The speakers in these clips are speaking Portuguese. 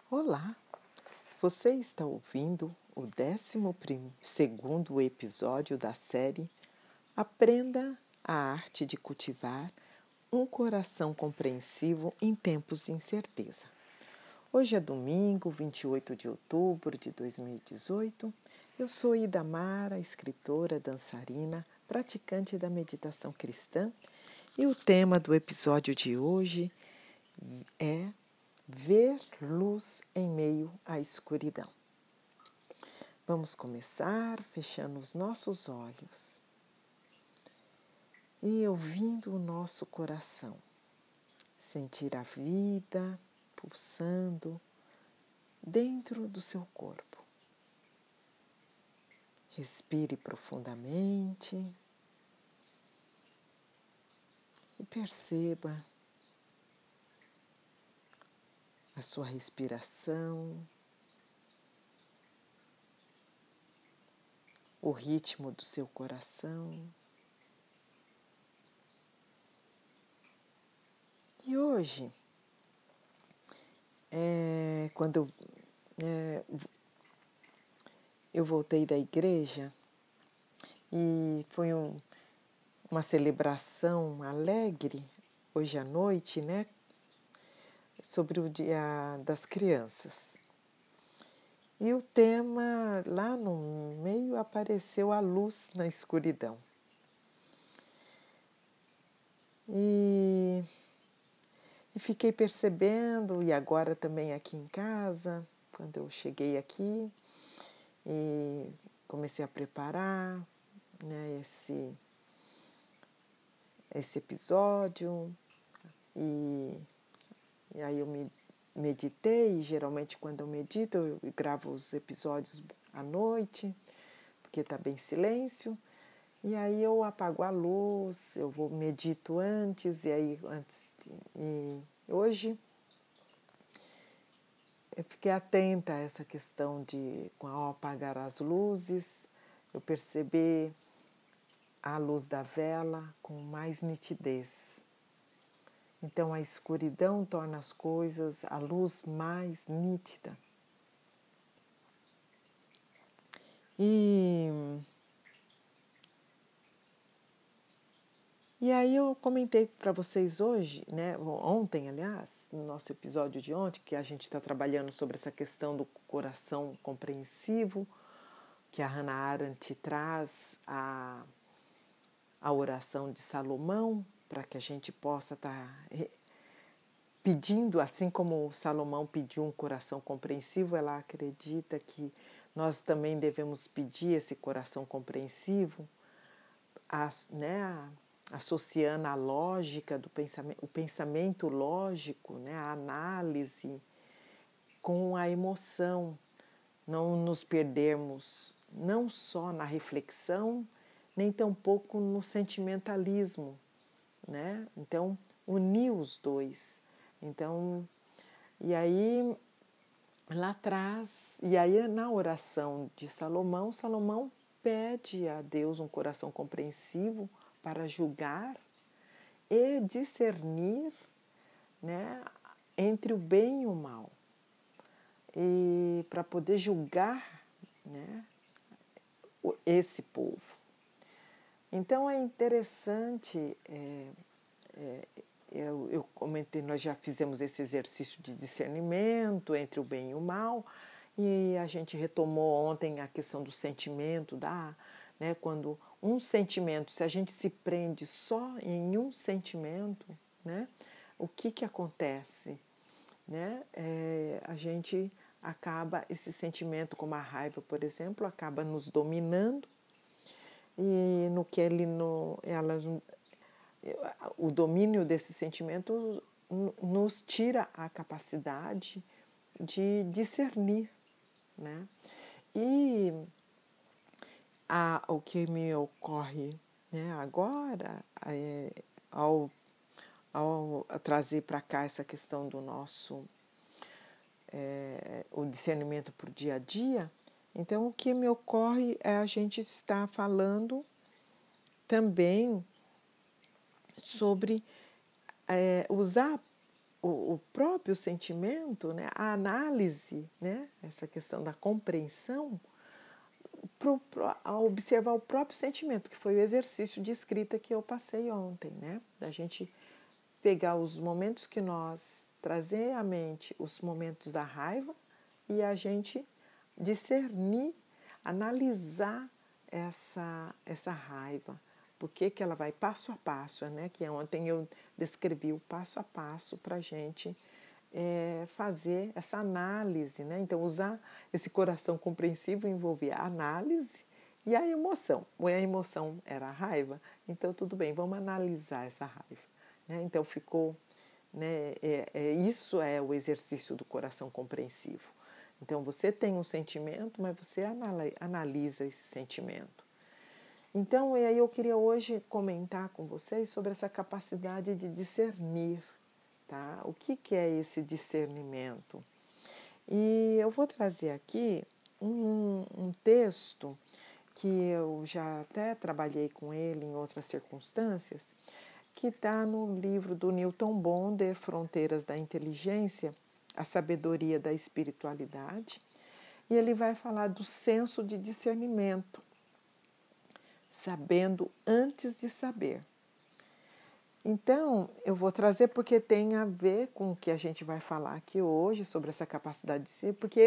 Olá, você está ouvindo o 12º episódio da série Aprenda a Arte de Cultivar um Coração Compreensivo em Tempos de Incerteza. Hoje é domingo, 28 de outubro de 2018. Eu sou Ida Mara, escritora, dançarina, praticante da meditação cristã, e o tema do episódio de hoje é ver luz em meio à escuridão. Vamos começar fechando os nossos olhos e ouvindo o nosso coração. Sentir a vida pulsando dentro do seu corpo. Respire profundamente e perceba a sua respiração, o ritmo do seu coração. E hoje, quando eu voltei da igreja e foi uma celebração alegre hoje à noite, né? Sobre o Dia das Crianças. E o tema, lá no meio, apareceu a luz na escuridão. E fiquei percebendo, e agora também aqui em casa, quando eu cheguei aqui, e comecei a preparar, né, esse episódio, e aí eu meditei, e geralmente quando eu medito eu gravo os episódios à noite, porque está bem silêncio, e aí eu apago a luz, eu medito antes, e hoje eu fiquei atenta a essa questão de, ao apagar as luzes, eu perceber a luz da vela com mais nitidez. Então a escuridão torna as coisas, a luz mais nítida. E aí eu comentei para vocês hoje, né, ontem, aliás, no nosso episódio de ontem, que a gente está trabalhando sobre essa questão do coração compreensivo, que a Hannah Arendt traz a oração de Salomão, para que a gente possa estar pedindo, assim como Salomão pediu um coração compreensivo, ela acredita que nós também devemos pedir esse coração compreensivo, associando a lógica do pensamento, o pensamento lógico, né, a análise, com a emoção, não nos perdermos não só na reflexão, nem tampouco no sentimentalismo, né? Então, unir os dois. Então, e aí lá atrás, e aí na oração de Salomão, Salomão pede a Deus um coração compreensivo para julgar e discernir, né, entre o bem e o mal. E para poder julgar, né, esse povo. Então é interessante, eu comentei, nós já fizemos esse exercício de discernimento entre o bem e o mal, e a gente retomou ontem a questão do sentimento, né, quando um sentimento, se a gente se prende só em um sentimento, né, o que acontece? Né? A gente acaba, esse sentimento como a raiva, por exemplo, acaba nos dominando, e o domínio desse sentimento nos tira a capacidade de discernir, né? E o que me ocorre, né, agora, ao trazer para cá essa questão do nosso o discernimento para o dia a dia, então o que me ocorre é a gente estar falando também sobre usar o próprio sentimento, né, a análise, né, essa questão da compreensão, a observar o próprio sentimento, que foi o exercício de escrita que eu passei ontem, né, da gente pegar os momentos que nós trazer à mente os momentos da raiva e a gente discernir, analisar essa raiva. Por que ela vai passo a passo, né? Que ontem eu descrevi o passo a passo para a gente fazer essa análise, né? Então, usar esse coração compreensivo envolvia a análise e a emoção. A emoção era a raiva, então tudo bem, vamos analisar essa raiva. Né? Então, ficou... Né? Isso é o exercício do coração compreensivo. Então, você tem um sentimento, mas você analisa esse sentimento. Então, e aí eu queria hoje comentar com vocês sobre essa capacidade de discernir, tá? O que é esse discernimento? E eu vou trazer aqui um texto que eu já até trabalhei com ele em outras circunstâncias, que está no livro do Newton Bonder, Fronteiras da Inteligência, a Sabedoria da Espiritualidade, e ele vai falar do senso de discernimento, sabendo antes de saber. Então, eu vou trazer porque tem a ver com o que a gente vai falar aqui hoje, sobre essa capacidade de ser, porque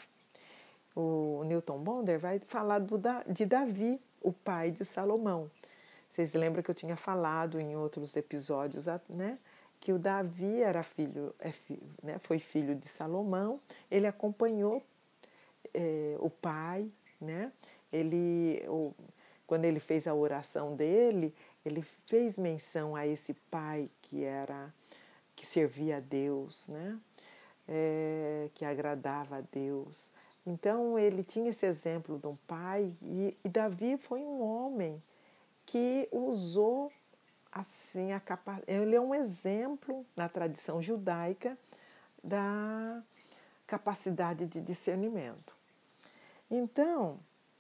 o Newton Bonder vai falar de Davi, o pai de Salomão. Vocês lembram que eu tinha falado em outros episódios, né, que o Davi era né, foi filho de Salomão, ele acompanhou o pai, né, quando ele fez a oração dele, ele fez menção a esse pai que servia a Deus, né, que agradava a Deus. Então ele tinha esse exemplo de um pai e Davi foi um homem que usou assim ele é um exemplo na tradição judaica da capacidade de discernimento. Então,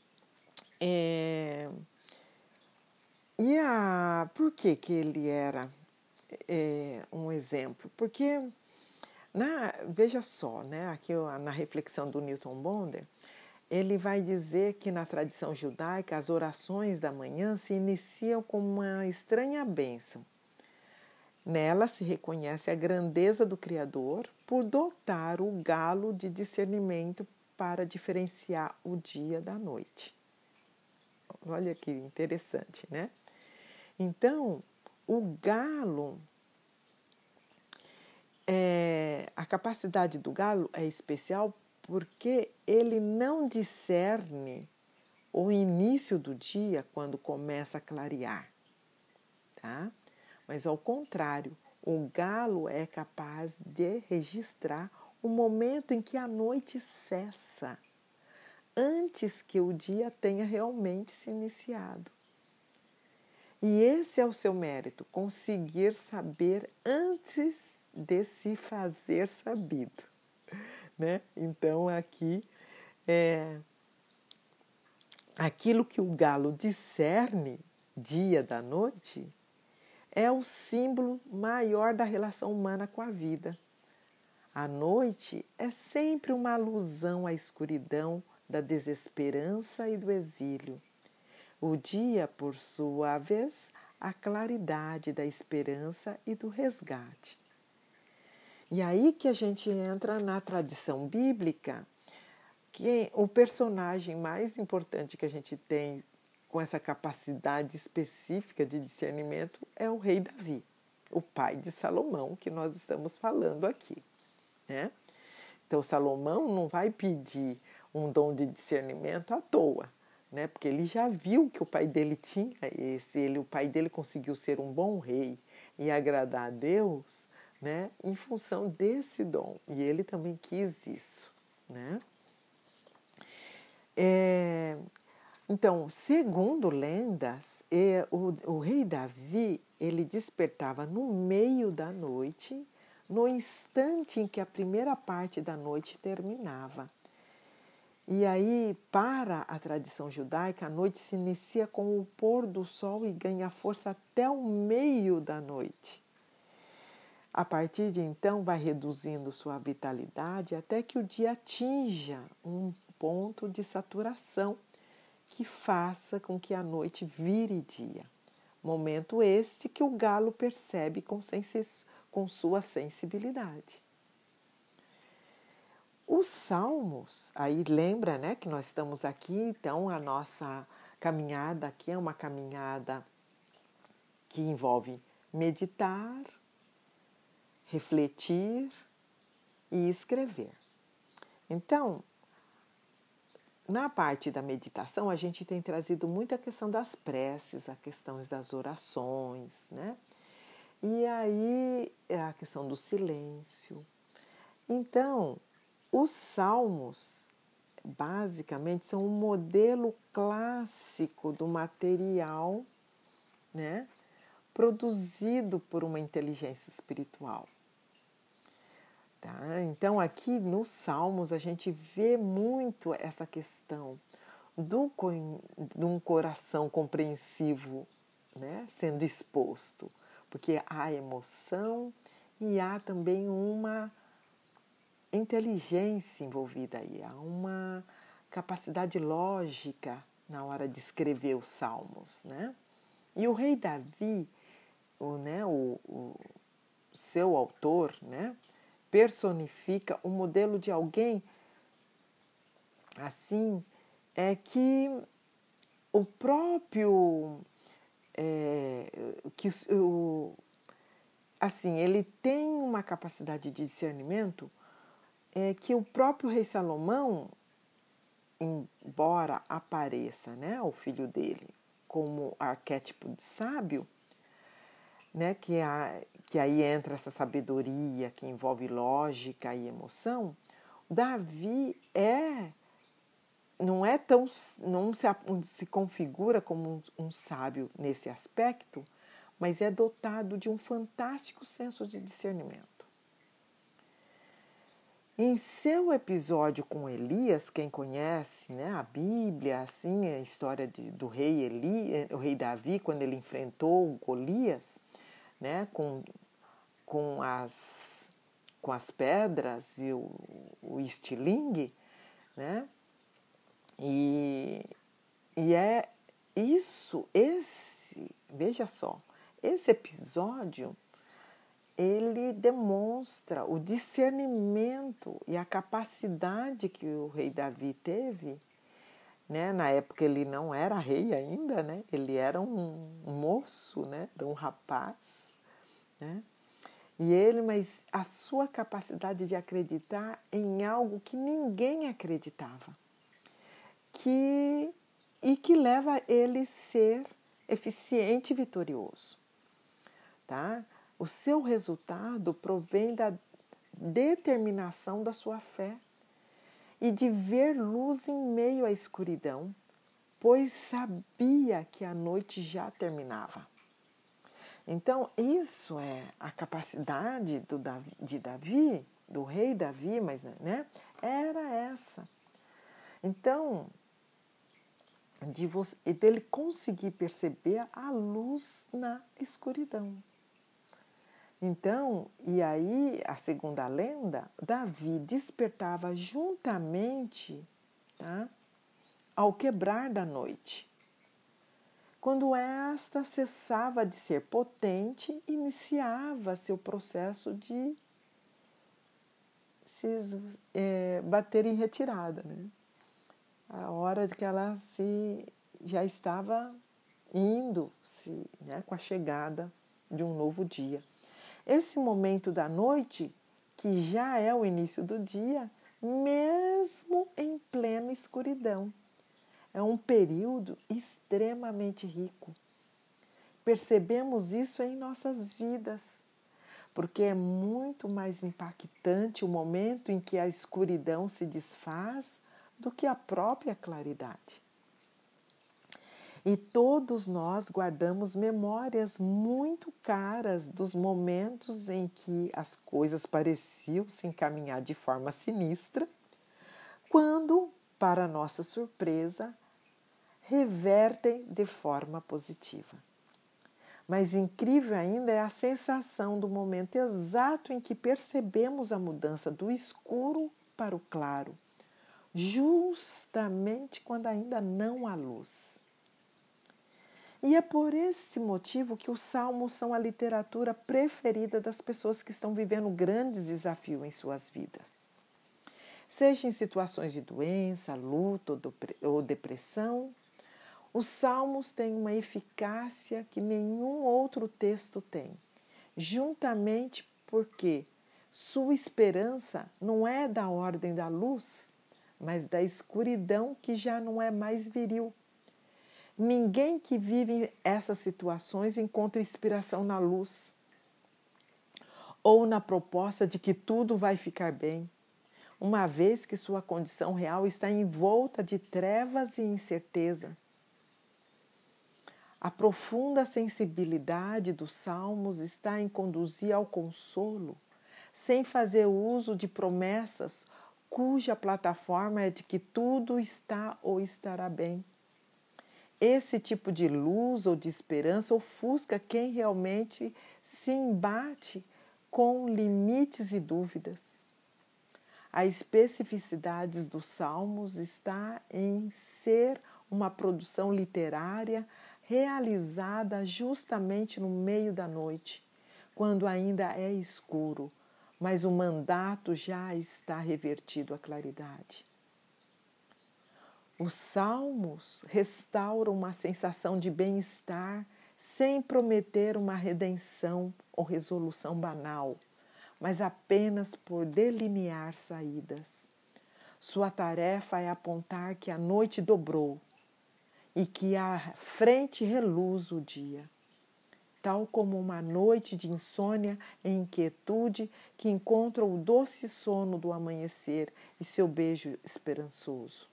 por que ele era um exemplo? Porque, veja só, né, aqui na reflexão do Newton Bonder, ele vai dizer que na tradição judaica as orações da manhã se iniciam com uma estranha bênção. Nela se reconhece a grandeza do Criador por dotar o galo de discernimento para diferenciar o dia da noite. Olha que interessante, né? Então, o galo, a capacidade do galo é especial porque ele não discerne o início do dia quando começa a clarear, tá? Mas ao contrário, o galo é capaz de registrar o momento em que a noite cessa, antes que o dia tenha realmente se iniciado. E esse é o seu mérito, conseguir saber antes de se fazer sabido. Né? Então, aqui, aquilo que o galo discerne, dia da noite, é o símbolo maior da relação humana com a vida. A noite é sempre uma alusão à escuridão da desesperança e do exílio. O dia, por sua vez, a claridade da esperança e do resgate. E aí que a gente entra na tradição bíblica, que o personagem mais importante que a gente tem com essa capacidade específica de discernimento é o rei Davi, o pai de Salomão, que nós estamos falando aqui. Né? Então, Salomão não vai pedir um dom de discernimento à toa, né? Porque ele já viu que o pai dele tinha o pai dele conseguiu ser um bom rei e agradar a Deus, né, em função desse dom. E ele também quis isso. Né? Então, segundo lendas, o rei Davi ele despertava no meio da noite, no instante em que a primeira parte da noite terminava. E aí, para a tradição judaica, a noite se inicia com o pôr do sol e ganha força até o meio da noite. A partir de então, vai reduzindo sua vitalidade até que o dia atinja um ponto de saturação que faça com que a noite vire dia. Momento este que o galo percebe com sua sensibilidade. Os salmos, aí lembra, né, que nós estamos aqui, então a nossa caminhada aqui é uma caminhada que envolve meditar, refletir e escrever. Então, na parte da meditação, a gente tem trazido muito a questão das preces, a questão das orações, né? E aí é a questão do silêncio. Então, os salmos, basicamente, são um modelo clássico do material, né, produzido por uma inteligência espiritual. Tá? Então, aqui nos Salmos, a gente vê muito essa questão de um coração compreensivo, né, sendo exposto, porque há emoção e há também uma inteligência envolvida aí, há uma capacidade lógica na hora de escrever os salmos, né? E o rei Davi, o seu autor, né, personifica o modelo de alguém assim, que o próprio assim, ele tem uma capacidade de discernimento que o próprio rei Salomão, embora apareça, né, o filho dele, como arquétipo de sábio, né, que aí entra essa sabedoria que envolve lógica e emoção, Davi não se configura como um sábio nesse aspecto, mas é dotado de um fantástico senso de discernimento. Em seu episódio com Elias, quem conhece, né, a Bíblia, assim, a história do rei o rei Davi, quando ele enfrentou Golias, né, com as pedras e o estilingue, né, e é isso, veja só, esse episódio ele demonstra o discernimento e a capacidade que o rei Davi teve, né? Na época ele não era rei ainda, né? Ele era um moço, né? Era um rapaz, né? Mas a sua capacidade de acreditar em algo que ninguém acreditava, e que leva ele a ser eficiente e vitorioso, tá? O seu resultado provém da determinação da sua fé e de ver luz em meio à escuridão, pois sabia que a noite já terminava. Então, isso é a capacidade de Davi, do rei Davi, mas, né, era essa. Então, dele conseguir perceber a luz na escuridão. Então, e aí, a segunda lenda, Davi despertava juntamente, tá, ao quebrar da noite. Quando esta cessava de ser potente, iniciava seu processo de bater em retirada, né? A hora que ela já estava indo, né, com a chegada de um novo dia. Esse momento da noite, que já é o início do dia, mesmo em plena escuridão, é um período extremamente rico. Percebemos isso em nossas vidas, porque é muito mais impactante o momento em que a escuridão se desfaz do que a própria claridade. E todos nós guardamos memórias muito caras dos momentos em que as coisas pareciam se encaminhar de forma sinistra, quando, para nossa surpresa, revertem de forma positiva. Mas incrível ainda é a sensação do momento exato em que percebemos a mudança do escuro para o claro, justamente quando ainda não há luz. E é por esse motivo que os salmos são a literatura preferida das pessoas que estão vivendo grandes desafios em suas vidas. Seja em situações de doença, luta ou depressão, os salmos têm uma eficácia que nenhum outro texto tem, juntamente porque sua esperança não é da ordem da luz, mas da escuridão que já não é mais viril. Ninguém que vive essas situações encontra inspiração na luz ou na proposta de que tudo vai ficar bem, uma vez que sua condição real está envolta de trevas e incerteza. A profunda sensibilidade dos salmos está em conduzir ao consolo, sem fazer uso de promessas cuja plataforma é de que tudo está ou estará bem. Esse tipo de luz ou de esperança ofusca quem realmente se embate com limites e dúvidas. A especificidade dos salmos está em ser uma produção literária realizada justamente no meio da noite, quando ainda é escuro, mas o mandato já está revertido à claridade. Os salmos restauram uma sensação de bem-estar sem prometer uma redenção ou resolução banal, mas apenas por delinear saídas. Sua tarefa é apontar que a noite dobrou e que à frente reluz o dia, tal como uma noite de insônia e inquietude que encontra o doce sono do amanhecer e seu beijo esperançoso.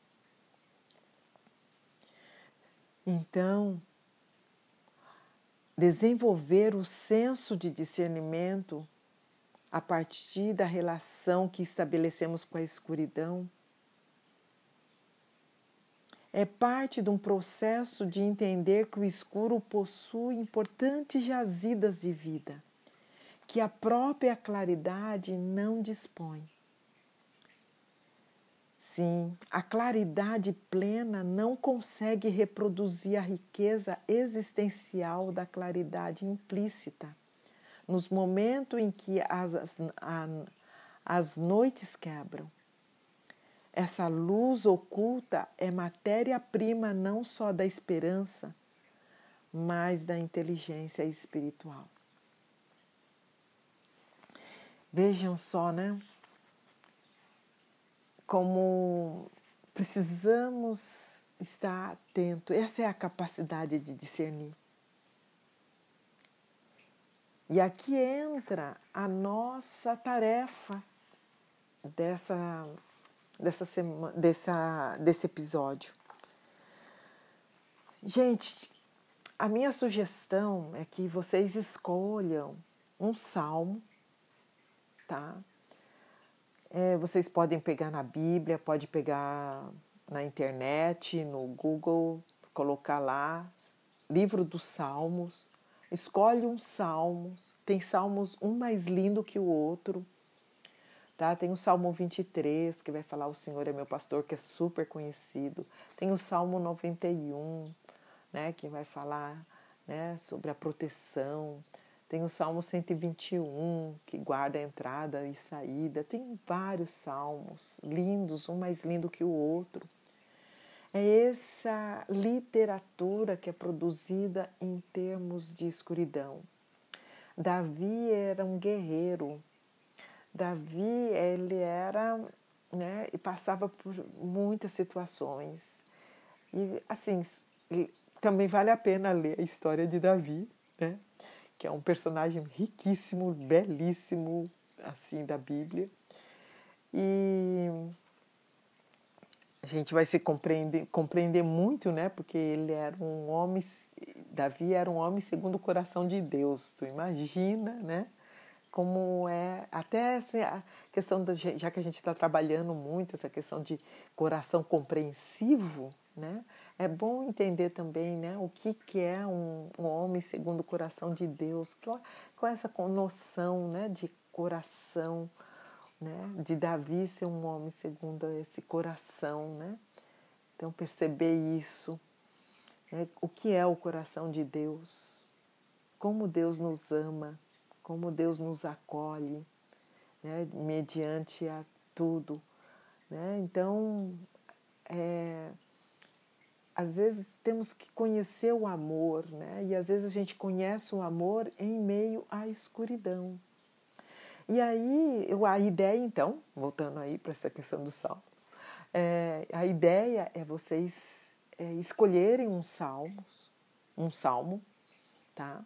Então, desenvolver o senso de discernimento a partir da relação que estabelecemos com a escuridão é parte de um processo de entender que o escuro possui importantes jazidas de vida, que a própria claridade não dispõe. Sim, a claridade plena não consegue reproduzir a riqueza existencial da claridade implícita, nos momentos em que as noites quebram. Essa luz oculta é matéria-prima não só da esperança, mas da inteligência espiritual. Vejam só, né? Como precisamos estar atentos. Essa é a capacidade de discernir. E aqui entra a nossa tarefa desse episódio. Gente, a minha sugestão é que vocês escolham um salmo, tá? Vocês podem pegar na Bíblia, pode pegar na internet, no Google, colocar lá, livro dos Salmos, escolhe um salmo, tem salmos um mais lindo que o outro, tá? Tem o Salmo 23, que vai falar o Senhor é meu pastor, que é super conhecido, tem o Salmo 91, né, que vai falar, né, sobre a proteção. Tem o Salmo 121, que guarda a entrada e saída. Tem vários salmos lindos, um mais lindo que o outro. É essa literatura que é produzida em termos de escuridão. Davi era um guerreiro. Davi, ele era, né, e passava por muitas situações. E, assim, também vale a pena ler a história de Davi, né? Que é um personagem riquíssimo, belíssimo, assim, da Bíblia. E a gente vai se compreender muito, né? Porque ele era um homem, Davi era um homem segundo o coração de Deus. Tu imagina, né? Como é, até assim, a questão, já que a gente está trabalhando muito, essa questão de coração compreensivo, né? É bom entender também, né, o que é um homem segundo o coração de Deus, com essa noção, né, de coração, né, de Davi ser um homem segundo esse coração, né? Então perceber isso, né, o que é o coração de Deus, como Deus nos ama, como Deus nos acolhe, né, mediante a tudo, né? Então, às vezes temos que conhecer o amor, né? E às vezes a gente conhece o amor em meio à escuridão. E aí, a ideia então, voltando aí para essa questão dos salmos, a ideia é vocês escolherem um salmo, tá?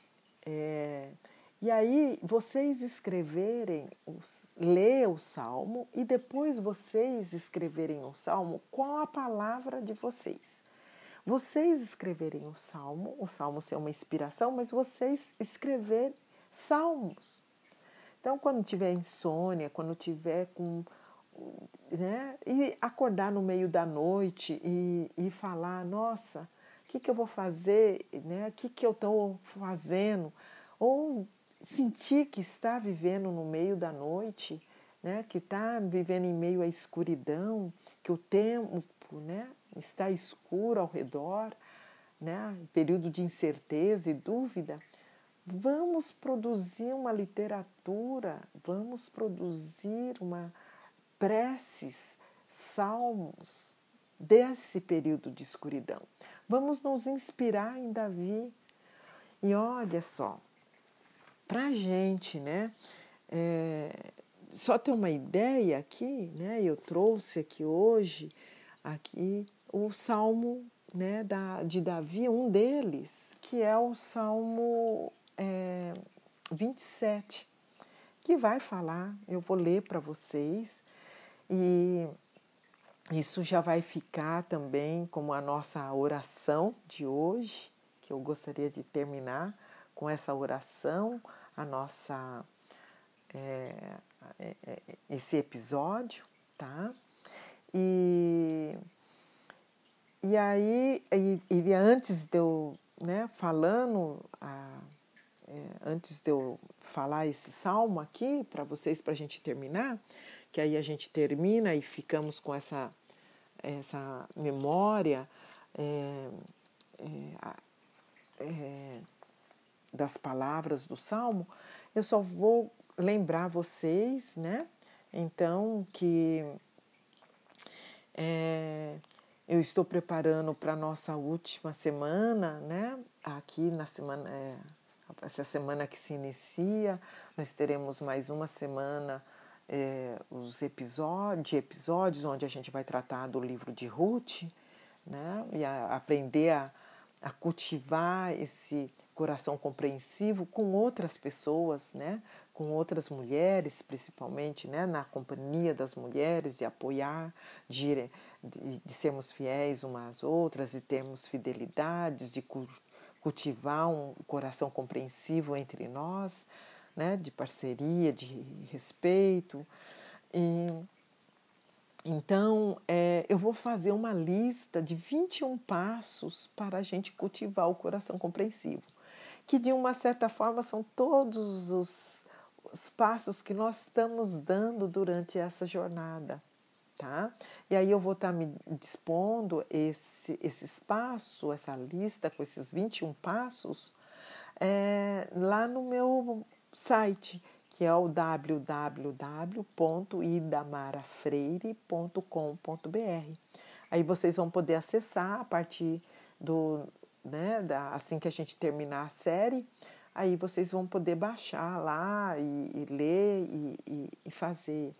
E aí vocês escreverem, ler o salmo e depois vocês escreverem o salmo com a palavra de vocês. Vocês escreverem o salmo ser uma inspiração, mas vocês escrever salmos. Então, quando tiver insônia, quando tiver com, né, e acordar no meio da noite e falar, nossa, o que eu vou fazer, né? O que eu estou fazendo? Ou sentir que está vivendo no meio da noite, né? Que está vivendo em meio à escuridão, que o tempo, né, está escuro ao redor, né? Período de incerteza e dúvida. Vamos produzir uma literatura, vamos produzir uma preces, salmos desse período de escuridão. Vamos nos inspirar em Davi. E olha só, para a gente, né, só ter uma ideia aqui, né, eu trouxe aqui hoje aqui o Salmo, né, de Davi, um deles, que é o Salmo 27, que vai falar, eu vou ler para vocês, e isso já vai ficar também como a nossa oração de hoje, que eu gostaria de terminar com essa oração, a nossa esse episódio, tá? E aí, antes de eu, né, antes de eu falar esse salmo aqui para vocês, para a gente terminar, que aí a gente termina e ficamos com essa memória das palavras do salmo, eu só vou lembrar vocês, né? Então, que eu estou preparando para a nossa última semana, né? Aqui na semana, essa semana que se inicia, nós teremos mais uma semana os episódios onde a gente vai tratar do livro de Ruth, né? E aprender a cultivar esse coração compreensivo com outras pessoas, né? Com outras mulheres, principalmente, né? Na companhia das mulheres, e apoiar, de sermos fiéis umas às outras, e termos fidelidades, de cultivar um coração compreensivo entre nós, né? De parceria, de respeito. Então, eu vou fazer uma lista de 21 passos para a gente cultivar o coração compreensivo, que de uma certa forma são todos os passos que nós estamos dando durante essa jornada, tá? E aí eu vou estar me dispondo esses passos, essa lista com esses 21 passos, lá no meu site, que é o www.idamarafreire.com.br. Aí vocês vão poder acessar a partir assim que a gente terminar a série, aí vocês vão poder baixar lá e ler e fazer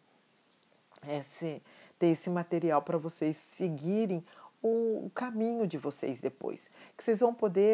ter esse material para vocês seguirem o caminho de vocês depois. Que vocês vão poder,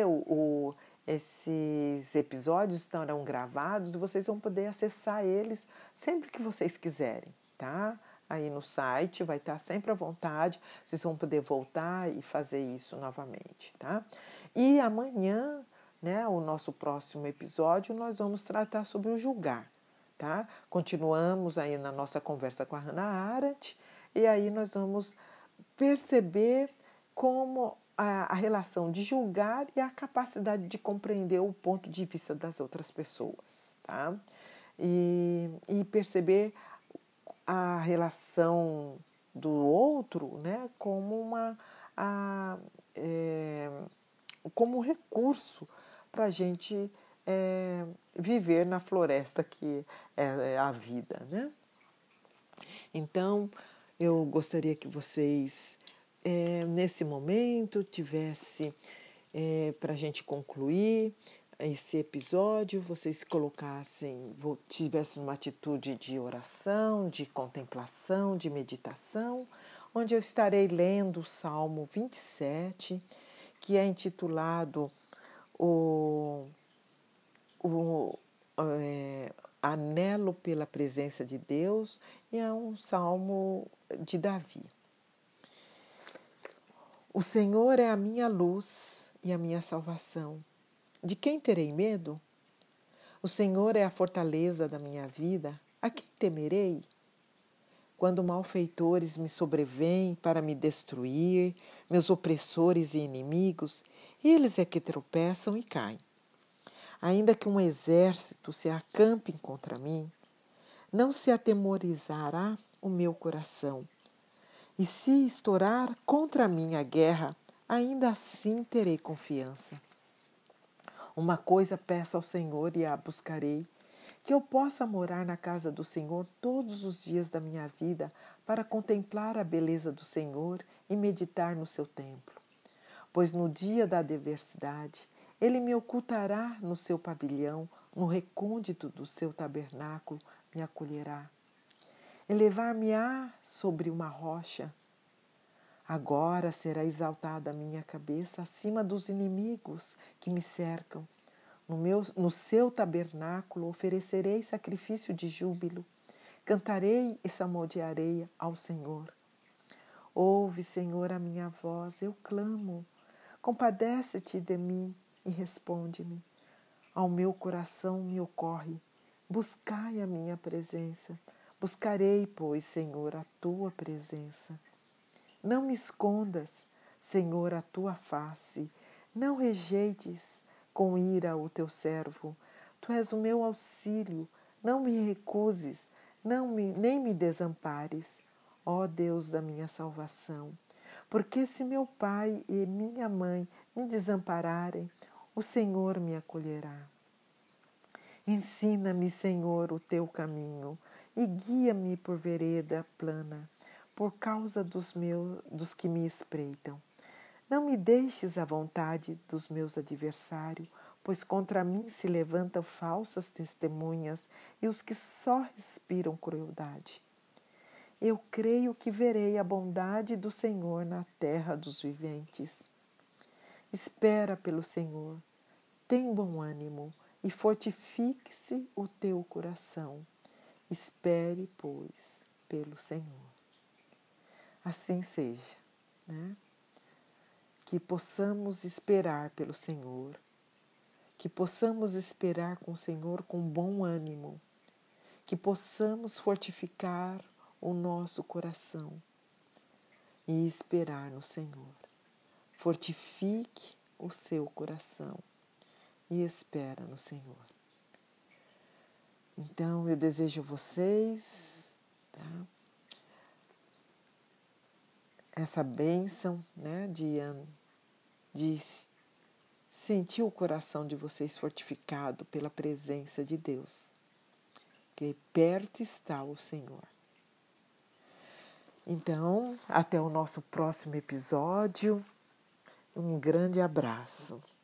esses episódios estarão gravados e vocês vão poder acessar eles sempre que vocês quiserem, tá? Aí no site vai estar sempre à vontade, vocês vão poder voltar e fazer isso novamente, tá? E amanhã, né, o nosso próximo episódio, nós vamos tratar sobre o julgar, tá? Continuamos aí na nossa conversa com a Hannah Arendt, e aí nós vamos perceber como a relação de julgar e a capacidade de compreender o ponto de vista das outras pessoas, tá? E perceber a relação do outro, né, como como um recurso para a gente viver na floresta que é a vida, né? Então, eu gostaria que vocês, nesse momento, tivesse, para a gente concluir esse episódio, vocês colocassem, tivessem uma atitude de oração, de contemplação, de meditação, onde eu estarei lendo o Salmo 27, que é intitulado Anelo pela presença de Deus, e é um salmo de Davi. O Senhor é a minha luz e a minha salvação. De quem terei medo? O Senhor é a fortaleza da minha vida. A quem temerei? Quando malfeitores me sobrevêm para me destruir, meus opressores e inimigos, eles é que tropeçam e caem. Ainda que um exército se acampe contra mim, não se atemorizará o meu coração. E se estourar contra mim a guerra, ainda assim terei confiança. Uma coisa peço ao Senhor e a buscarei, que eu possa morar na casa do Senhor todos os dias da minha vida para contemplar a beleza do Senhor e meditar no seu templo. Pois no dia da adversidade, Ele me ocultará no seu pavilhão, no recôndito do seu tabernáculo me acolherá. Elevar-me-á sobre uma rocha. Agora será exaltada a minha cabeça acima dos inimigos que me cercam. No seu tabernáculo oferecerei sacrifício de júbilo. Cantarei e salmodiarei ao Senhor. Ouve, Senhor, a minha voz, eu clamo. Compadece-te de mim e responde-me. Ao meu coração me ocorre. Buscai a minha presença. Buscarei, pois, Senhor, a tua presença. Não me escondas, Senhor, a tua face. Não rejeites com ira o teu servo. Tu és o meu auxílio. Não me recuses, nem me desampares, ó Deus da minha salvação. Porque se meu pai e minha mãe me desampararem, o Senhor me acolherá. Ensina-me, Senhor, o teu caminho e guia-me por vereda plana, por causa dos que me espreitam. Não me deixes à vontade dos meus adversários, pois contra mim se levantam falsas testemunhas e os que só respiram crueldade. Eu creio que verei a bondade do Senhor na terra dos viventes. Espera pelo Senhor, tem bom ânimo e fortifique-se o teu coração. Espere, pois, pelo Senhor. Assim seja, né? Que possamos esperar pelo Senhor, que possamos esperar com o Senhor com bom ânimo, que possamos fortificar o nosso coração e esperar no Senhor. Fortifique o seu coração e espera no Senhor. Então, eu desejo a vocês, tá, essa bênção, né, de sentir o coração de vocês fortificado pela presença de Deus, que perto está o Senhor. Então, até o nosso próximo episódio. Um grande abraço.